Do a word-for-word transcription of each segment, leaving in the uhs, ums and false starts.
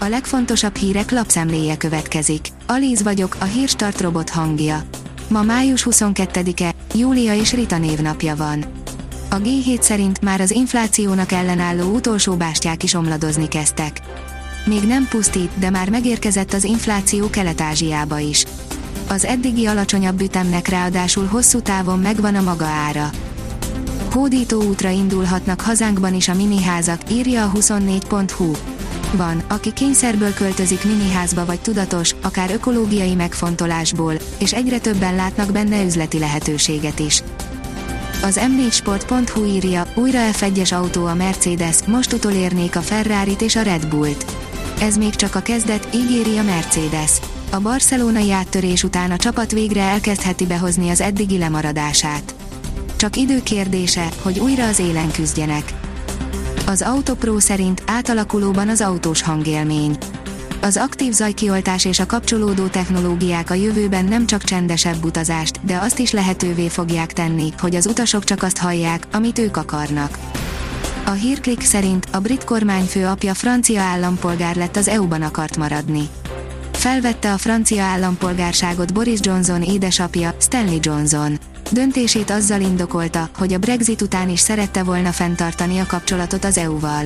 A legfontosabb hírek lapszemléje következik. Alíz vagyok, a Hírstart robot hangja. Ma május huszonkettedike, Júlia és Rita névnapja van. A gé hét szerint már az inflációnak ellenálló utolsó bástyák is omladozni kezdtek. Még nem pusztít, de már megérkezett az infláció Kelet-Ázsiába is. Az eddigi alacsonyabb ütemnek ráadásul hosszú távon megvan a maga ára. Hódító útra indulhatnak hazánkban is a miniházak, írja a huszonnégy pont hu. Van, aki kényszerből költözik miniházba vagy tudatos, akár ökológiai megfontolásból, és egyre többen látnak benne üzleti lehetőséget is. Az em négy sport pont hu írja, újra ef egyes autó a Mercedes, most utolérnék a Ferrarit és a Red Bullt. Ez még csak a kezdet, ígéri a Mercedes. A barcelonai áttörés után a csapat végre elkezdheti behozni az eddigi lemaradását. Csak idő kérdése, hogy újra az élen küzdjenek. Az Autopro szerint átalakulóban az autós hangélmény. Az aktív zajkioltás és a kapcsolódó technológiák a jövőben nem csak csendesebb utazást, de azt is lehetővé fogják tenni, hogy az utasok csak azt hallják, amit ők akarnak. A Hírklik szerint a brit kormányfő apja francia állampolgár lett, az é u-ban akart maradni. Felvette a francia állampolgárságot Boris Johnson édesapja, Stanley Johnson. Döntését azzal indokolta, hogy a Brexit után is szerette volna fenntartani a kapcsolatot az é u-val.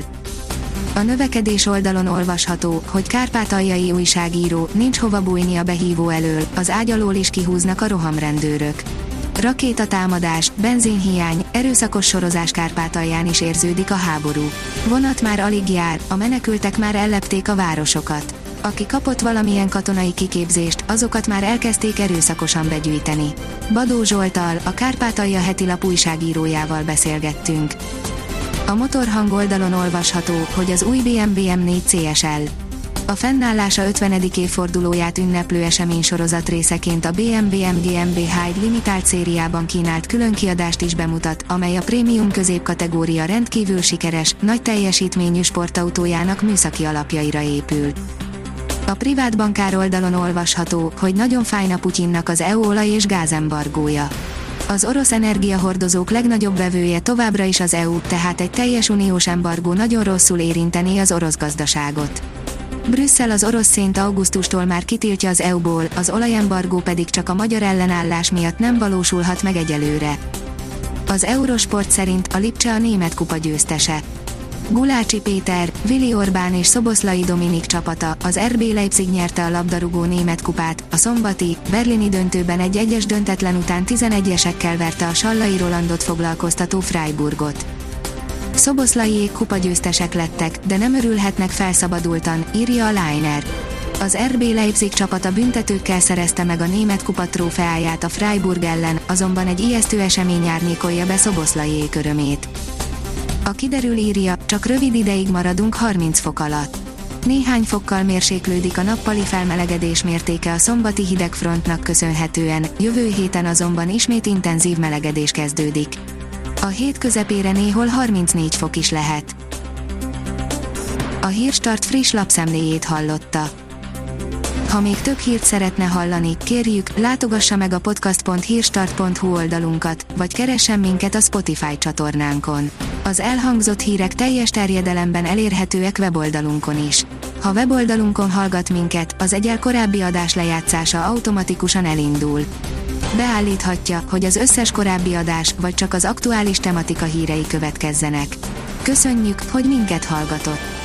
A növekedés oldalon olvasható, hogy kárpátaljai újságíró, nincs hova bújni a behívó elől, az ágy alól is kihúznak a rohamrendőrök. Rakétatámadás, benzinhiány, erőszakos sorozás Kárpátalján is érződik a háború. Vonat már alig jár, a menekültek már ellepték a városokat. Aki kapott valamilyen katonai kiképzést, azokat már elkezdték erőszakosan begyűjteni. Badó Zsolttal, a Kárpátalja hetilap újságírójával beszélgettünk. A Motorhang oldalon olvasható, hogy az új bé em vé em négy cé es el. A fennállása ötvenedik évfordulóját ünneplő eseménysorozat részeként a bé em vé em gé em bé Hyde limitált szériában kínált különkiadást is bemutat, amely a prémium középkategória rendkívül sikeres, nagy teljesítményű sportautójának műszaki alapjaira épül. A privát bankár oldalon olvasható, hogy nagyon fájna Putyinnak az é u olaj- és gázembargója. Az orosz energiahordozók legnagyobb vevője továbbra is az é u, tehát egy teljes uniós embargó nagyon rosszul érintené az orosz gazdaságot. Brüsszel az orosz szént augusztustól már kitiltja az é u-ból, az olajembargó pedig csak a magyar ellenállás miatt nem valósulhat meg egyelőre. Az Eurosport szerint a Lipcse a német kupa győztese. Gulácsi Péter, Vili Orbán és Szoboszlai Dominik csapata, az er bé Leipzig nyerte a labdarúgó német kupát, a szombati, berlini döntőben egy egyes döntetlen után tizenegyesekkel verte a Sallai Rolandot foglalkoztató Freiburgot. Szoboszlaiék kupagyőztesek lettek, de nem örülhetnek felszabadultan, írja a Liner. Az er bé Leipzig csapata büntetőkkel szerezte meg a német kupa trófeáját a Freiburg ellen, azonban egy ijesztő esemény árnyékolja be Szoboszlaiék örömét. A kiderül írja, csak rövid ideig maradunk harminc fok alatt. Néhány fokkal mérséklődik a nappali felmelegedés mértéke a szombati hidegfrontnak köszönhetően, jövő héten azonban ismét intenzív melegedés kezdődik. A hét közepére néhol harmincnégy fok is lehet. A Hírstart friss lapszemléjét hallotta. Ha még több hírt szeretne hallani, kérjük, látogassa meg a podcast pont hírstart pont hu oldalunkat, vagy keressen minket a Spotify csatornánkon. Az elhangzott hírek teljes terjedelemben elérhetőek weboldalunkon is. Ha weboldalunkon hallgat minket, az egyel korábbi adás lejátszása automatikusan elindul. Beállíthatja, hogy az összes korábbi adás, vagy csak az aktuális tematika hírei következzenek. Köszönjük, hogy minket hallgatott!